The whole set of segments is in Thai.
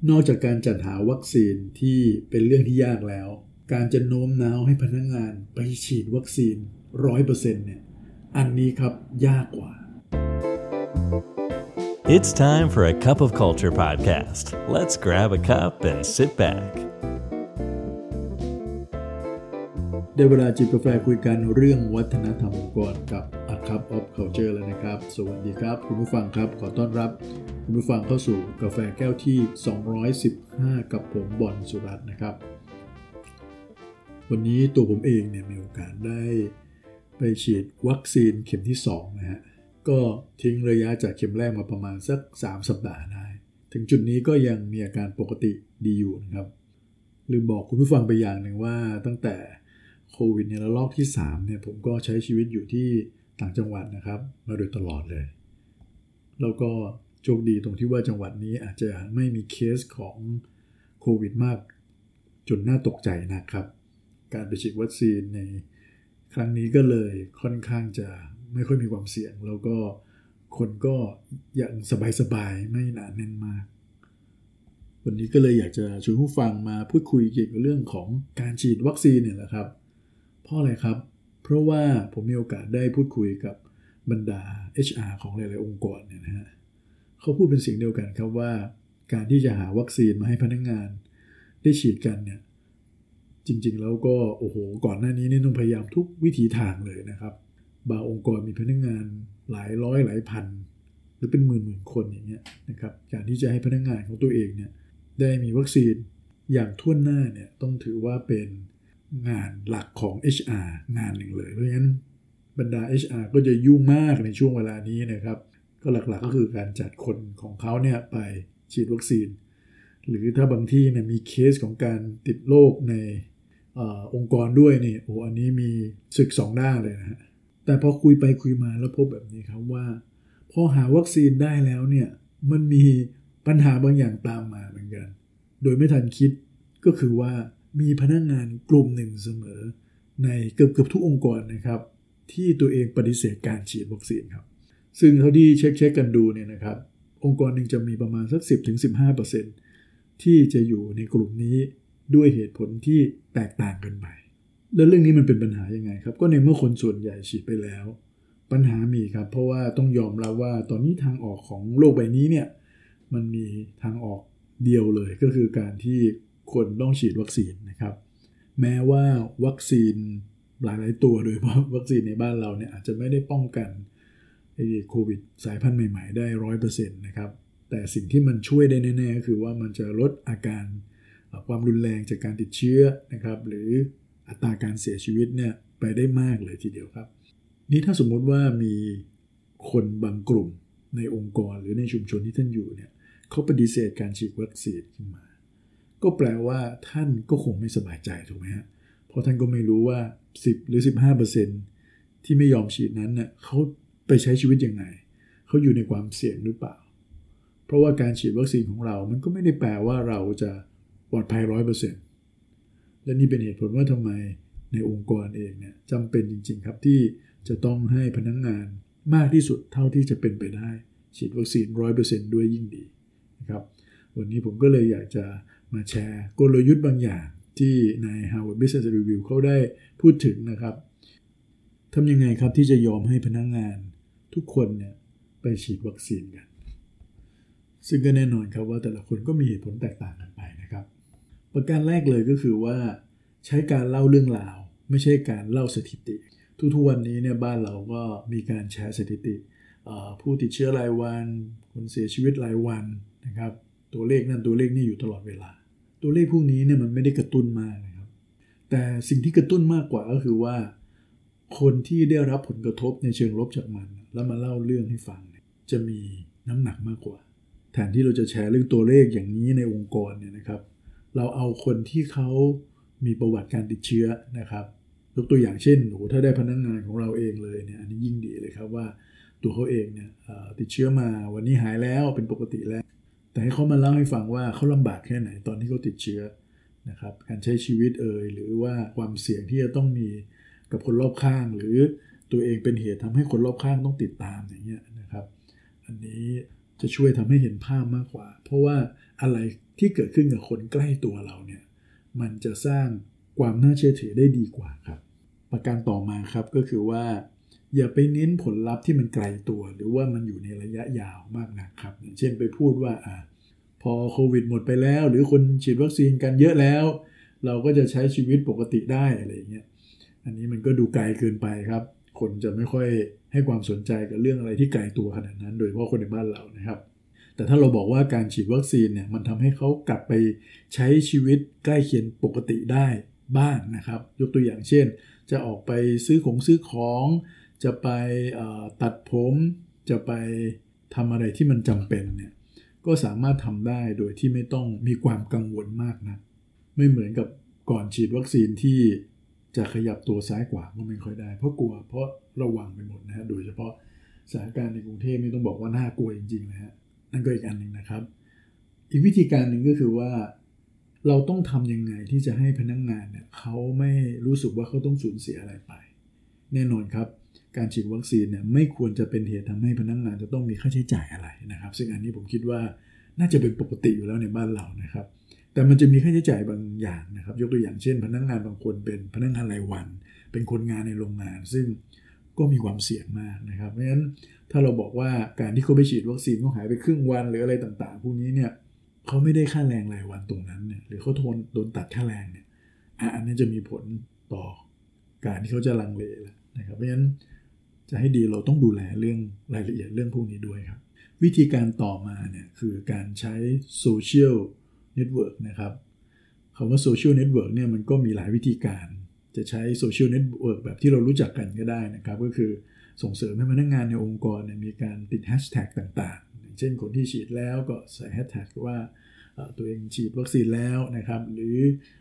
นอกจากการจัดหาวัคซีนที่เป็นเรื่องที่ยากแล้วการจะโน้มน้าวให้พนักงานไปฉีดวัคซีน 100% เนี่ยอันนี้ครับยากกว่า It's time for a cup of culture podcast. Let's grab a cup and sit back. ได้เวลาจิบกาแฟคุยกันเรื่องวัฒนธรรมองค์กรกับ A Cup of Culture แล้วนะครับสวัสดีครับคุณผู้ฟังครับขอต้อนรับคุณผู้ฟังเข้าสู่กาแฟแก้วที่215กับผมบอนสุรัตน์นะครับวันนี้ตัวผมเองเนี่ยมีโอกาสได้ไปฉีดวัคซีนเข็มที่2นะฮะก็ทิ้งระยะจากเข็มแรกมาประมาณสัก3สัปดาห์ได้ถึงจุดนี้ก็ยังมีอาการปกติดีอยู่นะครับลืมบอกคุณผู้ฟังไปอย่างหนึ่งว่าตั้งแต่โควิดในระลอกที่3เนี่ยผมก็ใช้ชีวิตอยู่ที่ต่างจังหวัดนะครับมาโดยตลอดเลยแล้วก็โชคดีตรงที่ว่าจังหวัดนี้อาจจะไม่มีเคสของโควิดมากจนน่าตกใจนะครับการไปฉีดวัคซีนในครั้งนี้ก็เลยค่อนข้างจะไม่ค่อยมีความเสี่ยงแล้วก็คนก็ยังสบายๆไม่หนาแน่นมากวันนี้ก็เลยอยากจะชวนผู้ฟังมาพูดคุยเกี่ยวกับเรื่องของการฉีดวัคซีนเนี่ยแหละครับเพราะอะไรครับเพราะว่าผมมีโอกาสได้พูดคุยกับบรรดา HR ของหลายๆองค์กรเนี่ยนะฮะเขาพูดเป็นเสียงเดียวกันครับว่าการที่จะหาวัคซีนมาให้พนักงานได้ฉีดกันเนี่ยจริงๆแล้วก็โอ้โหก่อนหน้านี้นี่ต้องพยายามทุกวิถีทางเลยนะครับบางองค์กรมีพนักงานหลายร้อยหลายพันหรือเป็นหมื่นๆคนอย่างเงี้ยนะครับการที่จะให้พนักงานของตัวเองเนี่ยได้มีวัคซีนอย่างทั่วหน้าเนี่ยต้องถือว่าเป็นงานหลักของ HR งานหนึ่งเลยเพราะฉะนั้นบรรดา HR ก็จะยุ่งมากในช่วงเวลานี้นะครับก็หลักๆก็คือการจัดคนของเขาเนี่ยไปฉีดวัคซีนหรือถ้าบางที่เนี่ยมีเคสของการติดโรคในองค์กรด้วยนี่โอ้อันนี้มีศึก2ด้านเลยนะฮะแต่พอคุยไปคุยมาแล้วพบแบบนี้ครับว่าพอหาวัคซีนได้แล้วเนี่ยมันมีปัญหาบางอย่างตามมาเหมือนกันโดยไม่ทันคิดก็คือว่ามีพนักงานกลุ่มหนึ่งเสมอในเกือบทุกองค์กรนะครับที่ตัวเองปฏิเสธการฉีดวัคซีนครับซึ่งเท่าที่เช็คกันดูเนี่ยนะครับองค์กรหนึ่งจะมีประมาณสัก 10-15% ที่จะอยู่ในกลุ่มนี้ด้วยเหตุผลที่แตกต่างกันไปแล้วเรื่องนี้มันเป็นปัญหายังไงครับก็ในเมื่อคนส่วนใหญ่ฉีดไปแล้วปัญหามีครับเพราะว่าต้องยอมรับว่าตอนนี้ทางออกของโลกใบนี้เนี่ยมันมีทางออกเดียวเลยก็คือการที่คนต้องฉีดวัคซีนนะครับแม้ว่าวัคซีนหลายๆตัวโดยเฉพาะวัคซีนในบ้านเราเนี่ยอาจจะไม่ได้ป้องกันโควิดสายพันธุ์ใหม่ๆได้ 100% นะครับแต่สิ่งที่มันช่วยได้แน่ๆก็คือว่ามันจะลดอาการความรุนแรงจากการติดเชื้อนะครับหรืออัตราการเสียชีวิตเนี่ยไปได้มากเลยทีเดียวครับนี่ถ้าสมมุติว่ามีคนบางกลุ่มในองค์กรหรือในชุมชนที่ท่านอยู่เนี่ยเขาปฏิเสธการฉีดวัคซีนขึ้นมาก็แปลว่าท่านก็คงไม่สบายใจถูกไหมฮะเพราะท่านก็ไม่รู้ว่า10 หรือ 15% ที่ไม่ยอมฉีดนั้นเนี่ยเขาไปใช้ชีวิตยังไงเขาอยู่ในความเสี่ยงหรือเปล่าเพราะว่าการฉีดวัคซีนของเรามันก็ไม่ได้แปลว่าเราจะปลอดภัย 100% และนี่เป็นเหตุผลว่าทำไมในองค์กรเองเนี่ยจำเป็นจริงๆครับที่จะต้องให้พนักงานมากที่สุดเท่าที่จะเป็นไปได้ฉีดวัคซีน 100% ด้วยยิ่งดีนะครับวันนี้ผมก็เลยอยากจะมาแชร์กลยุทธ์บางอย่างที่ใน Harvard Business Review เขาได้พูดถึงนะครับทำยังไงครับที่จะยอมให้พนักงานทุกคนเนี่ยไปฉีดวัคซีนกันซึ่งก็แน่นอนครับว่าแต่ละคนก็มีเหตุผลแตกต่างกันไปนะครับประการแรกเลยก็คือว่าใช้การเล่าเรื่องราวไม่ใช่การเล่าสถิติทุกๆวันนี้เนี่ยบ้านเราก็มีการแชร์สถิติผู้ติดเชื้อรายวันคนเสียชีวิตรายวันนะครับตัวเลขนั่นตัวเลขนี่อยู่ตลอดเวลาตัวเลขพวกนี้เนี่ยมันไม่ได้กระตุ้นมากนะครับแต่สิ่งที่กระตุ้นมากกว่าก็คือว่าคนที่ได้รับผลกระทบในเชิงลบจากมันแล้วมาเล่าเรื่องให้ฟังจะมีน้ำหนักมากกว่าแทนที่เราจะแชร์เรื่องตัวเลขอย่างนี้ในองค์กรเนี่ยนะครับเราเอาคนที่เขามีประวัติการติดเชื้อนะครับยกตัวอย่างเช่นถ้าได้พนักงานของเราเองเลยเนี่ยอันนี้ยิ่งดีเลยครับว่าตัวเขาเองเนี่ยติดเชื้อมาวันนี้หายแล้วเป็นปกติแล้วแต่ให้เขามาเล่าให้ฟังว่าเขาลำบากแค่ไหนตอนที่เขาติดเชื้อนะครับการใช้ชีวิตหรือว่าความเสี่ยงที่จะต้องมีกับคนรอบข้างหรือตัวเองเป็นเหตุทำให้คนรอบข้างต้องติดตามอย่างเงี้ยนะครับอันนี้จะช่วยทำให้เห็นภาพมากกว่าเพราะว่าอะไรที่เกิดขึ้นกับคนใกล้ตัวเราเนี่ยมันจะสร้างความน่าเชื่อถือได้ดีกว่าครับประการต่อมาครับก็คือว่าอย่าไปเน้นผลลัพธ์ที่มันไกลตัวหรือว่ามันอยู่ในระยะยาวมากนะครับอย่างเช่นไปพูดว่าพอโควิดหมดไปแล้วหรือคนฉีดวัคซีนกันเยอะแล้วเราก็จะใช้ชีวิตปกติได้อะไรอย่างเงี้ยอันนี้มันก็ดูไกลเกินไปครับคนจะไม่ค่อยให้ความสนใจกับเรื่องอะไรที่ไกลตัวขนาดนั้นโดยเฉพาะคนในบ้านเรานะครับแต่ถ้าเราบอกว่าการฉีดวัคซีนเนี่ยมันทำให้เขากลับไปใช้ชีวิตใกล้เคียงปกติได้บ้างนะครับยกตัวอย่างเช่นจะออกไปซื้อของจะไปตัดผมจะไปทำอะไรที่มันจำเป็นเนี่ยก็สามารถทำได้โดยที่ไม่ต้องมีความกังวลมากนะไม่เหมือนกับก่อนฉีดวัคซีนที่จะขยับตัวซ้ายขวาก็ไม่ค่อยได้เพราะกลัวเพราะระวังไปหมดนะฮะโดยเฉพาะสถานการณ์ในกรุงเทพไม่ต้องบอกว่าน่ากลัวจริงๆนะฮะนั่นก็อีกอันหนึ่งนะครับอีกวิธีการหนึ่งก็คือว่าเราต้องทำยังไงที่จะให้พนักงานเนี่ยเขาไม่รู้สึกว่าเขาต้องสูญเสียอะไรไปแน่นอนครับการฉีดวัคซีนเนี่ยไม่ควรจะเป็นเหตุทำให้พนักงานจะต้องมีค่าใช้จ่ายอะไรนะครับซึ่งอันนี้ผมคิดว่าน่าจะเป็นปกติอยู่แล้วในบ้านเรานะครับแต่มันจะมีค่าใช้จ่ายบางอย่างนะครับยกตัวอย่างเช่นพนักงานบางคนเป็นพนักงานรายวันเป็นคนงานในโรงงานซึ่งก็มีความเสี่ยงมากนะครับเพราะฉะนั้นถ้าเราบอกว่าการที่เขาไปฉีดวัคซีนเขาหายไปครึ่งวันหรืออะไรต่างๆพวกนี้เนี่ยเขาไม่ได้ค่าแรงรายวันตรงนั้นเนี่ยหรือเขาโดนตัดค่าแรงเนี่ยอันนี้จะมีผลต่อการที่เขาจะลังเลแล้วนะครับเพราะฉะนั้นจะให้ดีเราต้องดูแลเรื่องรายละเอียดเรื่องพวกนี้ด้วยครับวิธีการต่อมาเนี่ยคือการใช้โซเชียลเน็ตเวิร์กนะครับคำว่าโซเชียลเน็ตเวิร์กเนี่ยมันก็มีหลายวิธีการจะใช้โซเชียลเน็ตเวิร์กแบบที่เรารู้จักกันก็ได้นะครับก็คือส่งเสริมให้พนักงานในองค์กรเนี่ยมีการติดแฮชแท็กต่างๆอย่างเช่นคนที่ฉีดแล้วก็ใส่แฮชแท็กว่าตัวเองฉีดวัคซีนแล้วนะครับหรือ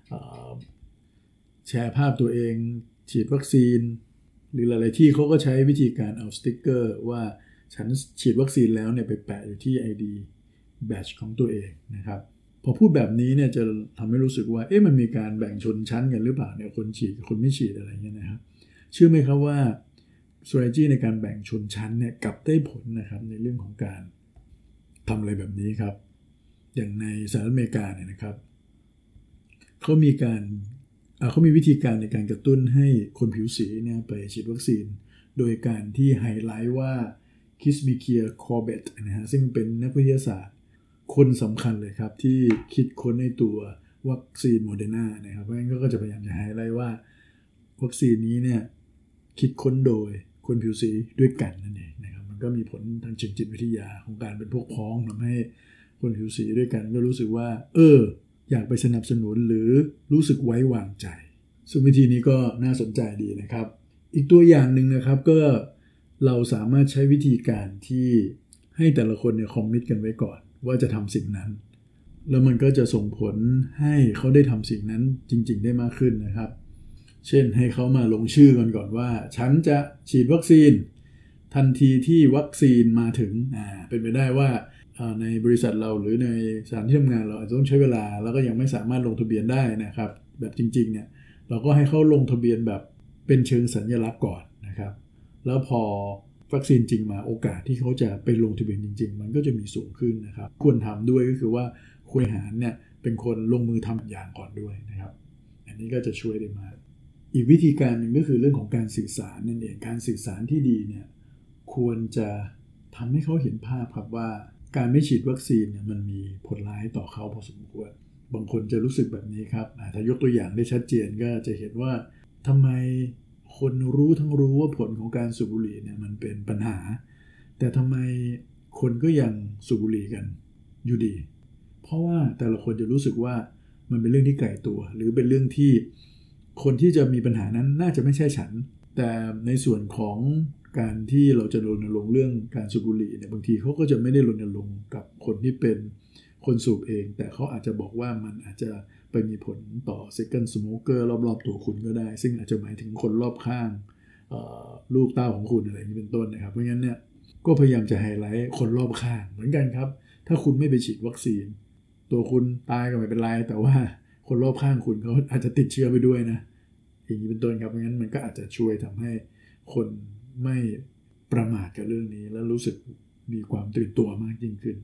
แชร์ภาพตัวเองฉีดวัคซีนหรือหลายๆที่เขาก็ใช้วิธีการเอาสติ๊กเกอร์ว่าฉันฉีดวัคซีนแล้วเนี่ยไปแปะอยู่ที่ ID badge ของตัวเองนะครับพอพูดแบบนี้เนี่ยจะทำให้รู้สึกว่ามันมีการแบ่งชนชั้นกันหรือเปล่าเนี่ยคนฉีดกับคนไม่ฉีดอะไรเงี้ยนะครับเชื่อไหมครับว่า strategy ในการแบ่งชนชั้นเนี่ยกลับได้ผลนะครับในเรื่องของการทำอะไรแบบนี้ครับอย่างในสหรัฐอเมริกาเนี่ยนะครับเขามีวิธีการในการกระตุ้นให้คนผิวสีเนี่ยไปฉีดวัคซีนโดยการที่ไฮไลท์ว่าคิสมีเคียร์คอร์เบตนะฮะซึ่งเป็นนักวิทยาศาสตร์คนสำคัญเลยครับที่คิดค้นในตัววัคซีนโมเดอร์นานะครับเพราะงั้นก็จะพยายามจะไฮไลท์ว่าวัคซีนนี้เนี่ยคิดค้นโดยคนผิวสีด้วยกันนั่นเองนะครับมันก็มีผลทางเชิงจิตวิทยาของการเป็นพวกพ้องทำให้คนผิวสีด้วยกันก็รู้สึกว่าอยากไปสนับสนุนหรือรู้สึกไว้วางใจซึ่งวิธีนี้ก็น่าสนใจดีนะครับอีกตัวอย่างหนึ่งนะครับก็เราสามารถใช้วิธีการที่ให้แต่ละคนเนี่ยคอมมิตกันไว้ก่อนว่าจะทำสิ่งนั้นแล้วมันก็จะส่งผลให้เขาได้ทำสิ่งนั้นจริงๆได้มากขึ้นนะครับเช่นให้เขามาลงชื่อกันก่อนว่าฉันจะฉีดวัคซีนทันทีที่วัคซีนมาถึงเป็นไปได้ว่าในบริษัทเราหรือในสถานที่ทำงานเราอาจจะต้องใช้เวลาแล้วก็ยังไม่สามารถลงทะเบียนได้นะครับแบบจริงๆเนี่ยเราก็ให้เขาลงทะเบียนแบบเป็นเชิงสัญลักษณ์ก่อนนะครับแล้วพอวัคซีนจริงมาโอกาสที่เขาจะไปลงทะเบียนจริงๆมันก็จะมีสูงขึ้นนะครับควรทำด้วยก็คือว่าผู้บริหารเนี่ยเป็นคนลงมือทำอย่างก่อนด้วยนะครับอันนี้ก็จะช่วยได้มากอีกวิธีการหนึ่งก็คือเรื่องของการสื่อสารนั่นเองการสื่อสารที่ดีเนี่ยควรจะทำให้เขาเห็นภาพครับว่าการไม่ฉีดวัคซีนเนี่ยมันมีผลร้ายต่อเขาพอสมควรบางคนจะรู้สึกแบบนี้ครับถ้ายกตัวอย่างได้ชัดเจนก็จะเห็นว่าทำไมคนรู้ว่าผลของการสูบบุหรี่เนี่ยมันเป็นปัญหาแต่ทำไมคนก็ยังสูบบุหรี่กันอยู่ดีเพราะว่าแต่ละคนจะรู้สึกว่ามันเป็นเรื่องที่ไกลตัวหรือเป็นเรื่องที่คนที่จะมีปัญหานั้นน่าจะไม่ใช่ฉันแต่ในส่วนของการที่เราจะรณรงค์เรื่องการสูบบุหรี่เนี่ยบางทีเขาก็จะไม่ได้รณรงค์กับคนที่เป็นคนสูบเองแต่เขาอาจจะบอกว่ามันอาจจะไปมีผลต่อ second smoker รอบๆตัวคุณก็ได้ซึ่งอาจจะหมายถึงคนรอบข้างลูกเต้าของคุณอะไรอย่างนี้เป็นต้นนะครับเพราะงั้นเนี่ยก็พยายามจะไฮไลท์คนรอบข้างเหมือนกันครับถ้าคุณไม่ไปฉีดวัคซีนตัวคุณตายก็ไม่เป็นไรแต่ว่าคนรอบข้างคุณเขาอาจจะติดเชื้อไปด้วยนะอย่างนี้เป็นต้นครับเพราะงั้นมันก็อาจจะช่วยทำให้คนไม่ประมาทกับเรื่องนี้แล้วรู้สึกมีความตื่นตัวมากยิ่งขึ้น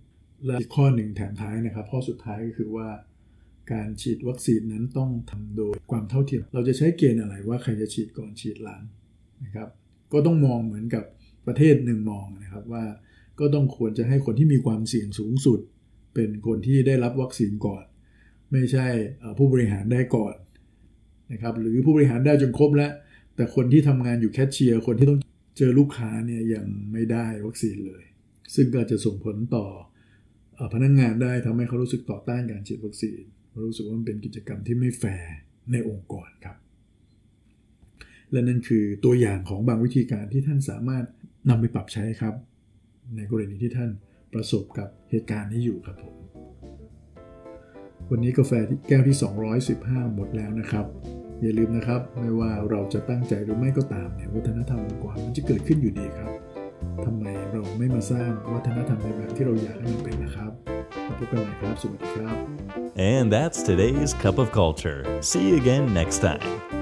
และอีกข้อหนึ่งแถมท้ายนะครับข้อสุดท้ายก็คือว่าการฉีดวัคซีนนั้นต้องทำโดยความเท่าเทียมเราจะใช้เกณฑ์อะไรว่าใครจะฉีดก่อนฉีดหลังนะครับก็ต้องมองเหมือนกับประเทศหนึ่งมองนะครับว่าก็ต้องควรจะให้คนที่มีความเสี่ยงสูงสุดเป็นคนที่ได้รับวัคซีนก่อนไม่ใช่ผู้บริหารได้ก่อนนะครับหรือผู้บริหารได้จนครบแล้วแต่คนที่ทำงานอยู่แคชเชียร์คนที่ต้องเจอลูกค้าเนี่ยยังไม่ได้วัคซีนเลยซึ่งก็จะส่งผลต่อพนักงานได้ทำให้เขารู้สึกต่อต้านการฉีดวัคซีนรู้สึกว่ามันเป็นกิจกรรมที่ไม่แฟร์ในองค์กรครับและนั่นคือตัวอย่างของบางวิธีการที่ท่านสามารถนำไปปรับใช้ครับในกรณีที่ท่านประสบกับเหตุการณ์นี้อยู่ครับผมวันนี้กาแฟแก้วที่215หมดแล้วนะครับอย่าลืมนะครับไม่ว่าเราจะตั้งใจหรือไม่ก็ตามเนี่ยวัฒนธรรมองค์กรมันจะเกิดขึ้นอยู่ดีครับทำไมเราไม่มาสร้างวัฒนธรรมในแบบที่เราอยากให้มันเป็นนะครับพบกันใหม่ครับสวัสดีครับ And that's today's Cup of Culture. See you again next time.